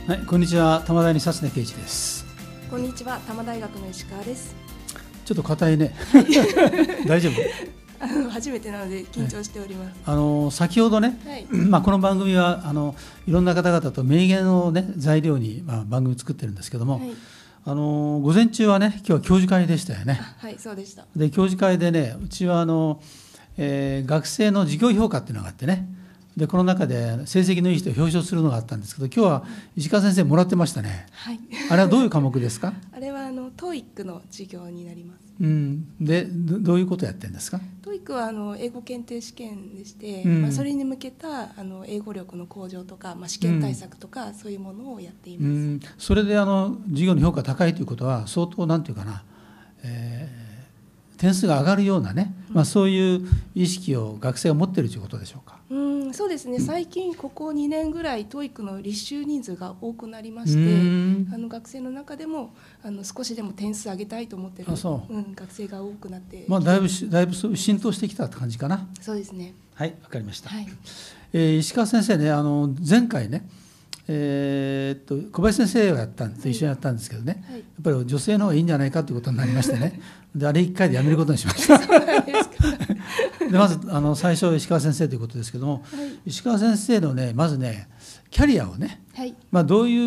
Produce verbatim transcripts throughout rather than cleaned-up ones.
はい、こんにちは。玉大に薩根圭一です。 こんにちは。多摩大学の石川です。 ちょっと硬いね。大丈夫？ あの初めてなので緊張しております。はい、 あの先ほどね、はい、まあこの番組はあのいろんな方々と名言をね材料にまあ番組作ってるんですけども、はい、あの午前中はね今日は教授会でしたよね。 はい、そうでした。 で教授会でねうちはあの、えー、学生の授業評価っていうのがあってね。でこの中で成績のいい人を表彰するのがあったんですけど、今日は石川先生もらってましたね。はい、あれはどういう科目ですか？ あれはあの トーイック の授業になります。 うん、で ど, どういうことをやってるんですか？ トーイック はあの英語検定試験でして、うん、まあ、それに向けたあの英語力の向上とか、まあ、試験対策とか、うん、そういうものをやっています。うん、 それであの授業の評価が高いということは相当なんていうかな、えー、点数が上がるようなね、まあ、そういう意識を学生が持っているということでしょうか？ うん、そうですね。最近ここにねんぐらい トーイック の履修人数が多くなりまして、あの学生の中でもあの少しでも点数上げたいと思っている、うん、学生が多くなって、 まあ、だいぶだいぶ浸透してきたって感じかな。 そうですね。 はい、わかりました。 はい、 えー、石川先生ね、あの前回ね、えー、っと小林先生がやったんです、はい、一緒にやったんですけどね、はい、やっぱり女性の方がいいんじゃないかということになりましてね、であれいっかいでやめることにしました。でまずあの最初石川先生ということですけども、はい、石川先生のねまずねキャリアをね、はい、まあ、どういう、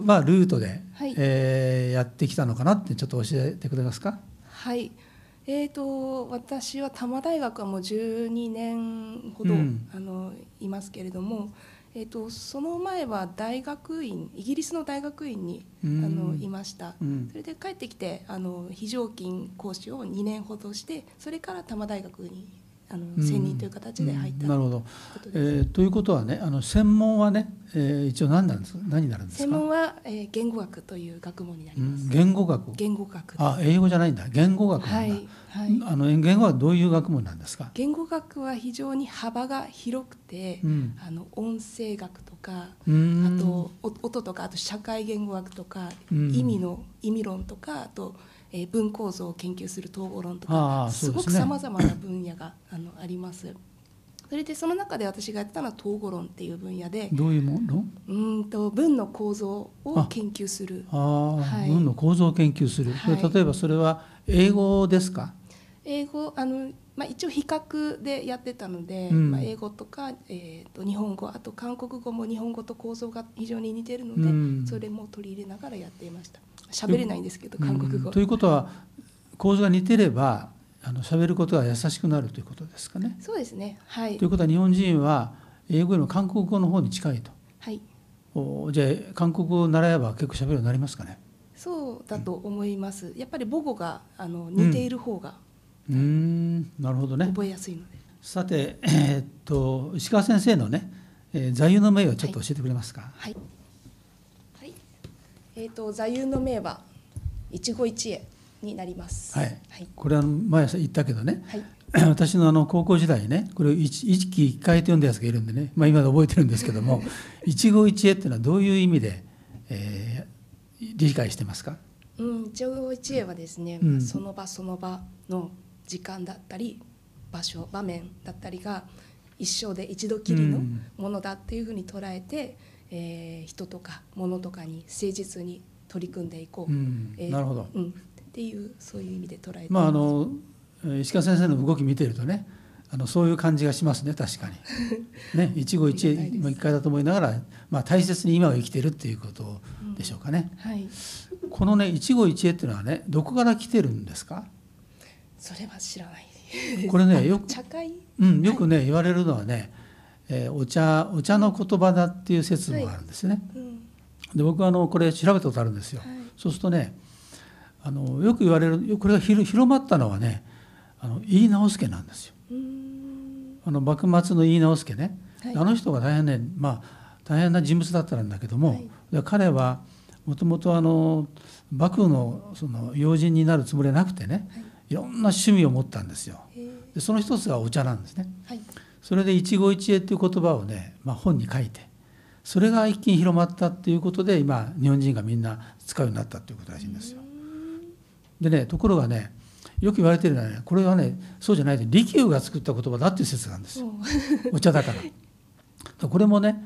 まあ、ルートで、はい、えー、やってきたのかなってちょっと教えてくれますか？はい、 えー、と私は多摩大学はもうじゅうにねんほど、うん、あのいますけれども、えー、とその前は大学院イギリスの大学院に、うん、あのいました、うん、それで帰ってきてあの非常勤講師をにねんほどして、それから多摩大学にあの専任という形で入った、うん、 なるほど、えー、ということはね、あの専門はね、えー、一応何なんですか？何になるんですか？ 専門は、えー、言語学という学問になります。うん、 言語学。 言語学。 あ、英語じゃないんだ。言語学なんだ。はいはい、あの言語はどういう学問なんですか？ 言語学は非常に幅が広くて、うん、あの音声学とか、あと音とか、あと社会言語学とか、うん、意味の意味論とか、あとえー、文構造を研究する統合論とか、すごくさまざまな分野が あのあります。それでその中で私がやったのは統合論っていう分野で、 どういうもの？ うんと文の構造を研究する。 ああ、はい、文の構造を研究する、はい、例えばそれは英語ですか？ 英語あの、まあ、一応比較でやってたので、うん、まあ、英語とか、えー、と日本語、あと韓国語も日本語と構造が非常に似ているので、うん、それも取り入れながらやっていました。喋れないんですけど、韓国語、 うん、ということは構造が似てればあの喋ることが優しくなるということですかね？ そうですね、はい。 ということは日本人は英語よりも韓国語の方に近いと。はい。おじゃあ韓国語を習えば結構喋るようになりますかね？ そうだと思います。やっぱり母語があの似ている方が、 うん、うーん、なるほどね。 覚えやすいので。 さて、えー、っと石川先生のね、えー、座右の銘をちょっと教えてくれますか？ はい、はい、えー、と座右の銘は一期一会になります。 はい、はい、これは前言ったけどね、はい、私のあの高校時代にねこれを一期一会と呼んだやつがいるんでね、まあ、今で覚えてるんですけども一期一会っていうのはどういう意味で、えー、理解してますか？ うん、一期一会はですね、うん、その場その場の時間だったり場所場面だったりが一生で一度きりのものだっていうふうに捉えて、うん、えー、人とか物とかに誠実に取り組んでいこう、うん、えー、なるほど、うん、っていうそういう意味で捉えています。 まあ、あの石川先生の動き見てるとね、あのそういう感じがしますね、確かにね、一期一会一回だと思いながら、まあ、大切に今を生きてるっていうことでしょうかね、うん、はい、このね一期一会っていうのはねどこから来てるんですか？ それは知らないこれねよく、 茶会、 うん、よくね、はい、言われるのはね、えー、お茶お茶の言葉だっていう説もあるんですね、はい、うん、で僕はあのこれ調べたことあるんですよ、はい、そうするとねあのよく言われる、これが広まったのはねあの井伊直弼なんですよ。あの幕末の井伊直弼ね、はい、あの人が大変ね、まあ、大変な人物だったんだけども、はい、彼はもともとあの幕府 の, その要人になるつもりはなくてね、はい、いろんな趣味を持ったんですよ。でその一つがお茶なんですね、はい、それで一期一会という言葉をね、まあ、本に書いてそれが一気に広まったっていうことで今日本人がみんな使うようになったっていうことらしいんですよ。でね、ところがねよく言われてるのはね、これはねそうじゃないで利休が作った言葉だっていう説なんですよお茶だから。これもね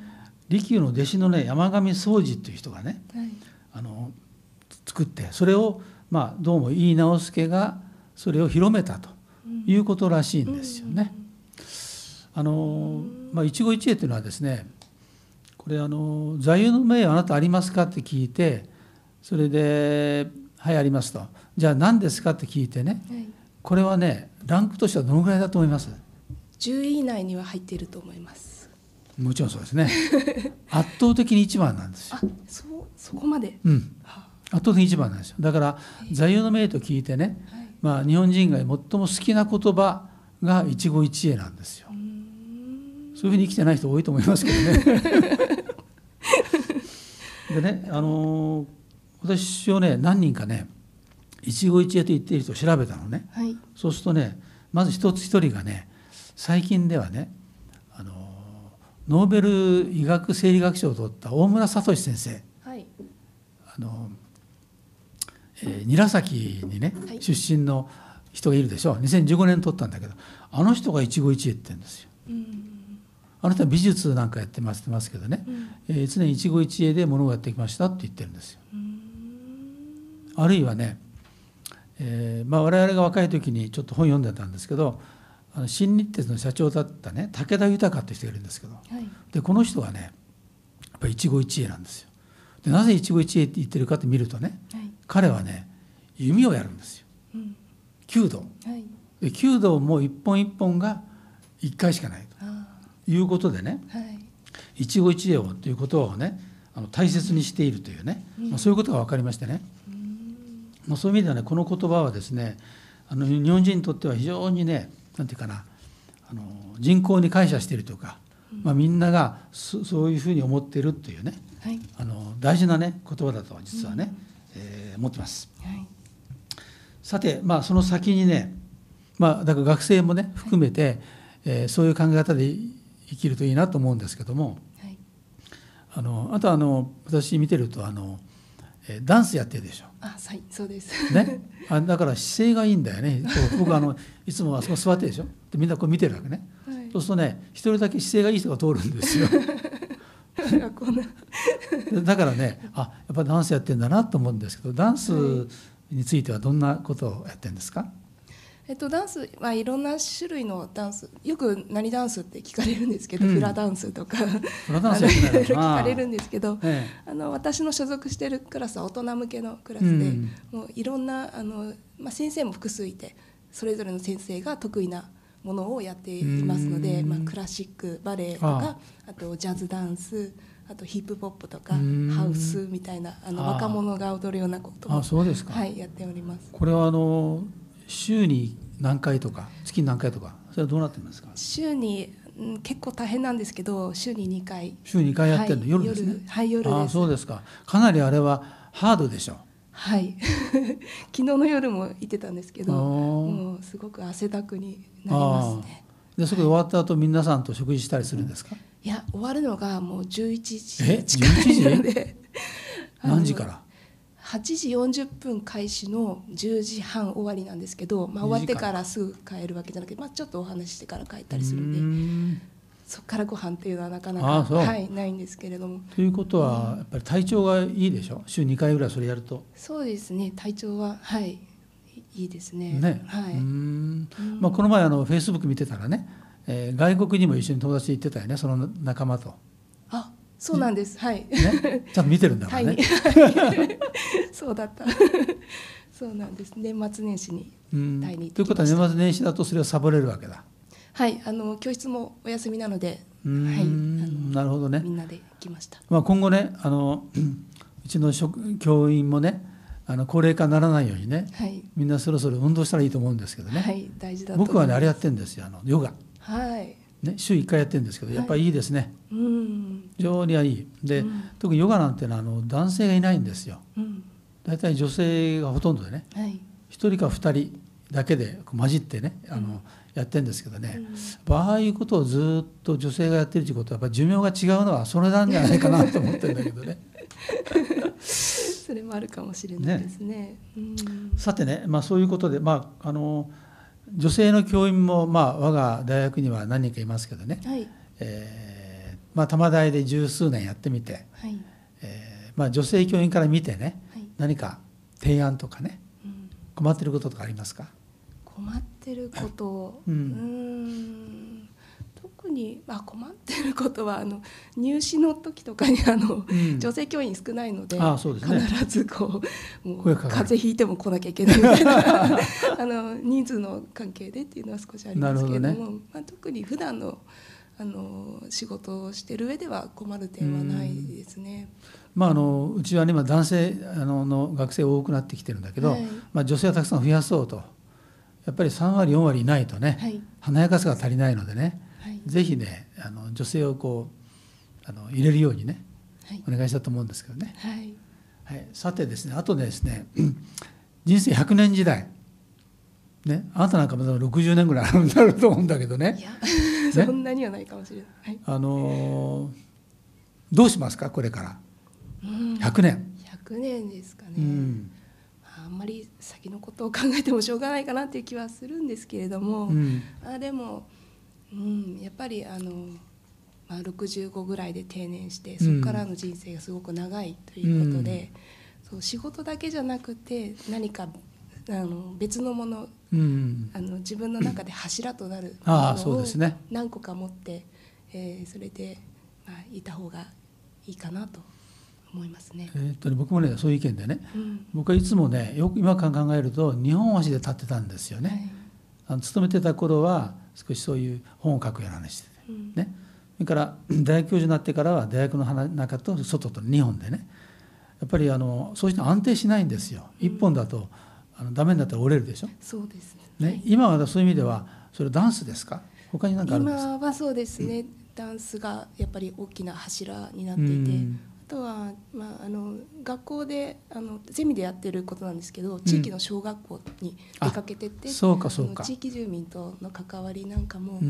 利休の弟子のね山上宗治っていう人がね、はい、あの作って、それをまあどうも井伊直弼がそれを広めたということらしいんですよね。あのまあ、一期一会というのはですね、これあの座右の銘はあなたありますかって聞いて、それではいありますと、じゃあ何ですかって聞いてね、はい、これはねランクとしてはどのぐらいだと思います？ じゅうい以内には入っていると思います。 もちろんそうですね圧倒的に一番なんですよ。 あ、そう、そこまで、 うん、圧倒的に一番なんですよ。だから座右の銘と聞いてね、はい、まあ、日本人が最も好きな言葉が一期一会なんですよ。そういうふうに生きてない人多いと思いますけどねでね、あのー、私をね何人かね一期一会と言っている人を調べたのね、はい、そうするとね、まず一つ一人がね、最近ではね、あのー、ノーベル医学生理学賞を取った大村聡先生、はい、あのーえー、韮崎にね、はい、出身の人がいるでしょう。にせんじゅうごねん取ったんだけど、あの人が一期一会って言うんですよ。うん、あの人は美術なんかやってますってますけどね、うん、えー、常に一期一会で物をやってきましたって言ってるんですよ。うん、あるいはね、えーまあ、我々が若い時にちょっと本読んでたんですけど、あの新日鉄の社長だったね武田豊って人がいるんですけど、はい、でこの人はねやっぱり一期一会なんですよ。でなぜ一期一会って言ってるかって見るとね、はい、彼はね弓をやるんですよ。うん、弓道、はい、で弓道も一本一本がいっかいしかないということでね、はい、一期一会をということをねあの大切にしているというね、うんまあ、そういうことが分かりましてね、うんまあ、そういう意味ではねこの言葉はですね、あの日本人にとっては非常にねなんていうかな、あの人口に感謝しているとか、うんまあ、みんなが そ, そういうふうに思っているというね、はい、あの大事なね言葉だと実はね、うんえー、思ってます。はい、さて、まあ、その先にね、まあ、だから学生もね含めて、はいえー、そういう考え方で生きるといいなと思うんですけども、はい、あのあとはあの私見てるとあのダンスやってるでしょ。 あ、はい、そうです。 ね、あだから姿勢がいいんだよね。僕あのいつもあそこ座ってるでしょ。でみんなこう見てるわけね。はい、そうするとね一人だけ姿勢がいい人が通るんですよ。だからね、あやっぱりダンスやってるんだなと思うんですけど、ダンスについてはどんなことをやってるんですか？ えっと、ダンス、まあ、いろんな種類のダンス、よく何ダンスって聞かれるんですけど、うん、フラダンスとかフラダンスやってない聞かれるんですけど、ええ、あの私の所属しているクラスは大人向けのクラスで、うん、もういろんなあの、まあ、先生も複数いてそれぞれの先生が得意なものをやっていますので、まあ、クラシックバレエとか あ, あとジャズダンス、あとヒップホップとかハウスみたいなあの若者が踊るようなことも、 あそうですか、 はい、やっております。 これはあの週に何回とか月に何回とかそれはどうなってるんですか？ 週に、うん、結構大変なんですけど週ににかい。 週にかいやってるの、はい、夜ですね。 はい、夜です。 あそうですか。かなりあれはハードでしょ。 はい昨日の夜も行ってたんですけどもうすごく汗だくになりますね。 でそこで終わった後、はい、皆さんと食事したりするんですか？ いや終わるのがもうじゅういちじえ近いので何時から？ はちじよんじゅっぷん開始のじゅうじはん終わりなんですけど、まあ、終わってからすぐ帰るわけじゃなくて、まあ、ちょっとお話してから帰ったりするんで、そこからご飯っていうのはなかなか、はい、ないんですけれども。 ということはやっぱり体調がいいでしょ？週にかいぐらいそれやると。 そうですね、体調は、はい、いいですね。 ね、 はい、 うーん、まあ、この前あのフェイスブック見てたらね、えー、外国にも一緒に友達行ってたよね、その仲間と。 あそうなんです、はい、 ね、ちゃんと見てるんだからね、 はい、そうだったそうなんです。年末年始にタイに行ってきました。 ということは年末年始だとそれをサボれるわけだ。 はい、あの教室もお休みなので、 うーん、はい、あのなるほどね。 みんなで行きました。 まあ、今後ねあのうちの職教員もねあの高齢化にならないようにね、はい、みんなそろそろ運動したらいいと思うんですけどね、 はい、大事だと思います。 僕はねあれやってるんですよ、あのヨガ、 はいね、週いっかいやってるんですけど、やっぱりいいですね、はい、うん、非常にいいで、うん、特にヨガなんてのはあの男性がいないんですよ、うん、だいたい女性がほとんどでね、はい、ひとりかふたりだけで混じってねあの、うん、やってるんですけどね、うん、ああいうことをずっと女性がやってるということはやっぱり寿命が違うのはそれなんじゃないかなと思ってるんだけどねそれもあるかもしれないですね。ね、うん、 さてね、まあ、そういうことで、まあ、あの女性の教員も、まあ、我が大学には何人かいますけどね、はい、えー、 まあ、多摩大で十数年やってみて、はい、えーまあ、女性教員から見てね、はい、何か提案とかね、うん、困ってることとかありますか？ 困ってること、うん、うーん特に、まあ、困ってることはあの入試の時とかにあの、うん、女性教員少ないので、ああそうですね、必ずこう、もう風邪ひいても来なきゃいけないみたいなあの人数の関係でっていうのは少しありますけれども、ね、まあ、特に普段のあの仕事をしている上では困る点はないですね。 まあ、あのうちは、ね、今男性あのの学生多くなってきてるんだけど、はい、まあ、女性はたくさん増やそうと、やっぱりさんわりよんわりいないとね、はい、華やかさが足りないのでね、はい、ぜひねあの女性をこうあの入れるようにね、はい、お願いしたと思うんですけどね、はいはい、さてですね、あとですね人生ひゃくねん時代ね、あなたなんかまだろくじゅうねんぐらいあるんだろうと思うんだけどね。 いや、ね、そんなにはないかもしれない。はい、 あのどうしますかこれから。ひゃくねん。 ひゃくねんですかね。うん、あんまり先のことを考えてもしょうがないかなっていう気はするんですけれども、うん、あでも、うん、やっぱりあの、まあ、ろくじゅうごぐらいで定年してそこからの人生がすごく長いということで、うん、そう仕事だけじゃなくて何かあの別のもの、うん、あの自分の中で柱となるものを何個か持って、えー、それで、まあ、いた方がいいかなと思いますね。 えーっとね僕もねそういう意見でね、うん、僕はいつもねよく今考えるとにほん足で立ってたんですよね。はい、あの勤めてた頃は少しそういう本を書くような話してて、うん、ね、それから大学教授になってからは大学の中と外とにほんでね、やっぱりあのそうして安定しないんですよ。いっぽんだとあのダメになったら折れるでしょ。 そうですね。ね、今はそういう意味ではそれダンスですか？他に何かあるんですか？ 今はそうですね、うん、ダンスがやっぱり大きな柱になっていて、うん、あとは、まあ、あの学校であのゼミでやってることなんですけど、地域の小学校に出かけてって、うん、 そうかそうか、 地域住民との関わりなんかも、うん、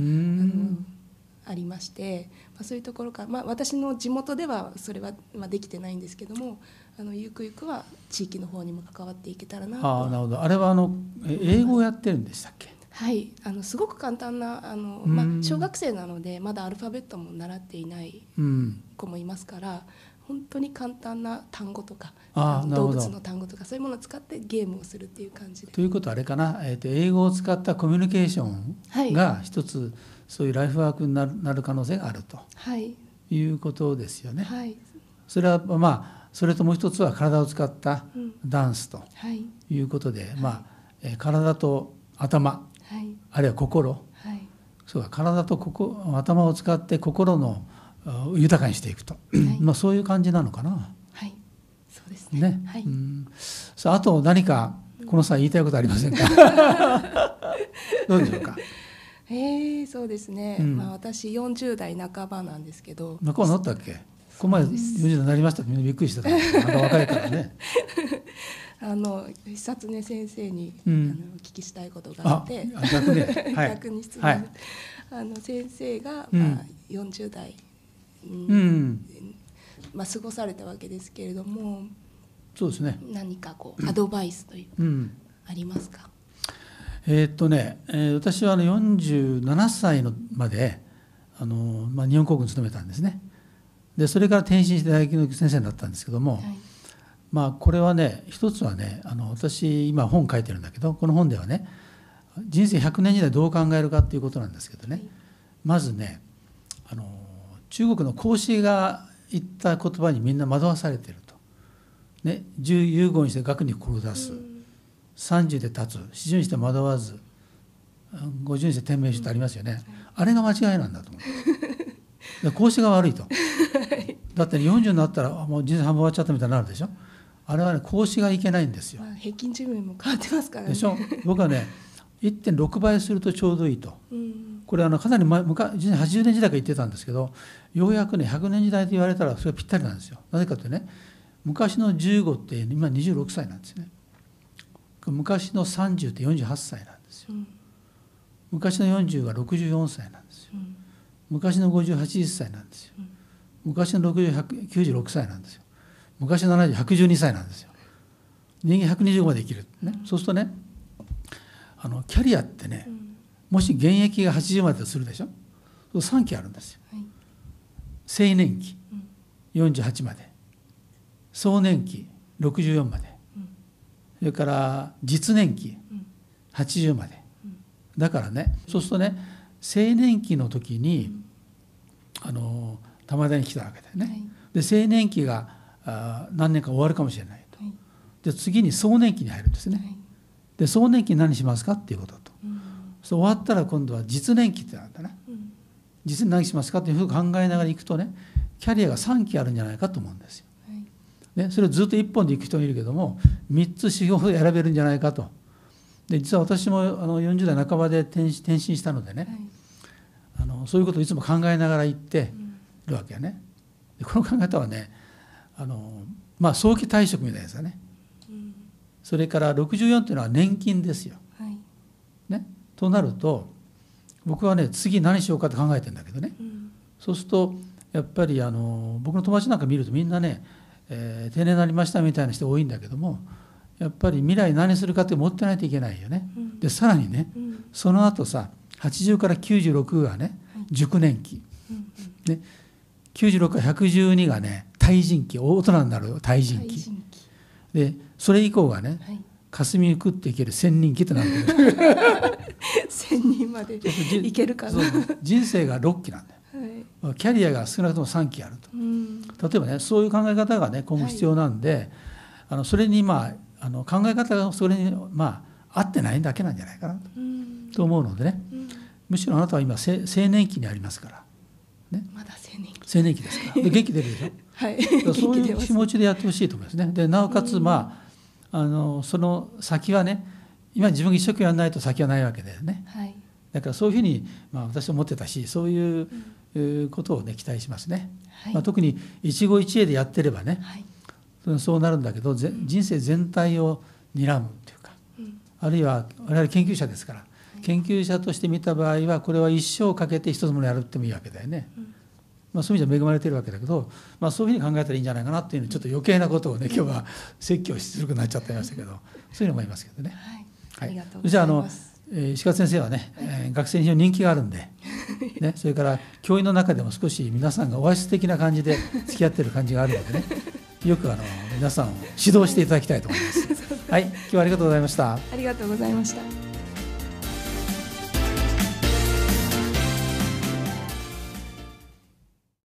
あのありまして、まあ、そういうところから、まあ、私の地元ではそれは、まあ、できてないんですけども、あのゆくゆくは地域の方にも関わっていけたらなと。 ああ、なるほど。あれはあの英語をやってるんでしたっけ？ はい、あのすごく簡単なあの、まあ、小学生なのでまだアルファベットも習っていない子もいますから、本当に簡単な単語とか動物の単語とかそういうものを使ってゲームをするっていう感じで。 ということはあれかな、えーと、英語を使ったコミュニケーションが一つ、はい、そういうライフワークになる、なる可能性があると、はい、いうことですよね。はい、それはまあそれともう一つは体を使ったダンスということで、うん、はい、まあえー、体と頭、はい、あるいは心、はい、そうか、体と心頭を使って心の豊かにしていくと、はい、まあそういう感じなのかな。 はい、そうですね。 ね、はい、うん、さあ、あと何かこの際言いたいことありませんか？どうでしょうか。 えー、そうですね、うん、まあ、私よんじゅうだいなかばなんですけど。 半ばなったっけ？ここまでよんじゅう代になりましたってみんなびっくりしてた。まだ若いからね。 あの久常先生に、うん、あのお聞きしたいことがあって、 あ逆に、はい、 逆に質問、はい、あの先生が、まあ、よんじゅう代、うんうん、まあ、過ごされたわけですけれども、 そうですね、 何かこうアドバイスというか、うん、ありますか？ えー、っとね、えー、私はあのよんじゅうななさいのまであの、まあ、日本航空に勤めたんですね。でそれから転身して大学の先生になったんですけども、はい、まあこれはね、一つはね、あの私今本書いてるんだけど、この本ではね、人生ひゃくねん時代どう考えるかっていうことなんですけどね、はい、まずね、あの中国の孔子が言った言葉にみんな惑わされていると、ね、じゅう有言して学に志す、さんじゅうで立つ、よんじゅうにして惑わず、ごじゅうにして天命しってありますよね、うん、あれが間違いなんだと思う。孔子が悪いと。だってよんじゅうになったらもう人生半分終わっちゃったみたいになるでしょ。あれはね、孔子がいけないんですよ。 まあ、平均寿命も変わってますからね。 でしょ。僕はね いってんろく 倍するとちょうどいいと、うん、これあのかなり前昔はちじゅうねん時代から言ってたんですけど、ようやくねひゃくねん時代と言われたらそれはぴったりなんですよ。なぜかというとね、昔のじゅうごって今にじゅうろくさいなんですね。昔のさんじゅうってよんじゅうはっさいなんですよ、うん、昔のよんじゅうはろくじゅうよんさいなんですよ、うん、昔のごじゅうはちじゅっさいなんですよ、うん、昔のろくじゅう、きゅうじゅうろくさいなんですよ、昔のななじゅう、ひゃくじゅうにさいなんですよ。人間ひゃくにじゅうごまで生きる、ね、そうするとね、あのキャリアってね、もし現役がはちじゅうまでとするでしょ、さんきあるんですよ。はい、 青年期よんじゅうはちまで、壮年期ろくじゅうよんまで、それから実年期はちじゅうまで。だからね、そうするとね、青年期の時にあの玉田に来たわけだよね。で青年期があ何年か終わるかもしれないと。で次に壮年期に入るんですね。で壮年期に何しますかっていうことと、そう終わったら今度は実年期ってなんだね。実に何しますかっていうふうに考えながらいくとね、キャリアがさんきあるんじゃないかと思うんですよ。ね、それをずっといっぽんでいく人もいるけども、みっつ指標で選べるんじゃないかと。で実は私もあのよんじゅう代半ばで転身転身したのでね、はい、あのそういうことをいつも考えながら言ってるわけよね。でこの考え方はね、あの、まあ、早期退職みたいですよね、うん、それからろくじゅうよんというのは年金ですよ、はいね、となると僕はね次何しようかって考えてるんだけどね、うん、そうするとやっぱりあの僕の友達なんか見るとみんなね、えー、定年になりましたみたいな人多いんだけども、やっぱり未来何するかって持ってないといけないよね、うん、でさらにね、うん、その後さはちじゅうからきゅうじゅうろくがね、はい、熟年期、うんうん、ね、きゅうじゅうろくからひゃくじゅうにがね対人期、大人になる対人期で、それ以降がね、はい、霞に食っていける千人期となる千人までいけるかな。 人生がろっきなんだよ、はい、キャリアが少なくともさんきあると、うん、例えばねそういう考え方がね今後必要なんで、はい、あのそれにまああの考え方がそれにまあ合ってないだけなんじゃないかな と,、うん、と思うのでね、うん、むしろあなたは今青年期にありますから、ね、 まだ青年期青年期ですからで元気出るでしょ、はい、そういう気持ちでやってほしいと思いますね。でなおかつ、まあ、あのその先はね今自分が一生懸命やらないと先はないわけだよね、はい、だからそういうふうに、まあ、私は思ってたし、そういう、うん、ことを、ね、期待しますね、はい、まあ、特に一期一会でやってればね、はい、そうなるんだけど、人生全体を睨むというか、うん、あるいは我々研究者ですから、はい、研究者として見た場合はこれは一生かけて一つものやるってもいいわけだよね、うん、まあ、そういう意味では恵まれているわけだけど、まあ、そういうふうに考えたらいいんじゃないかなっていうのちょっと余計なことをね今日は説教するくなっちゃってましたけど、そういうのもありますけどね、はい、ありがとうございます。じゃあ、あの石川先生はね、はい、えー、学生に非常に人気があるんで、ね、それから教員の中でも少し皆さんがオアシス的な感じで付き合ってる感じがあるのでね、よくあの皆さんを指導していただきたいと思います。はい、今日はありがとうございました。 ありがとうございました。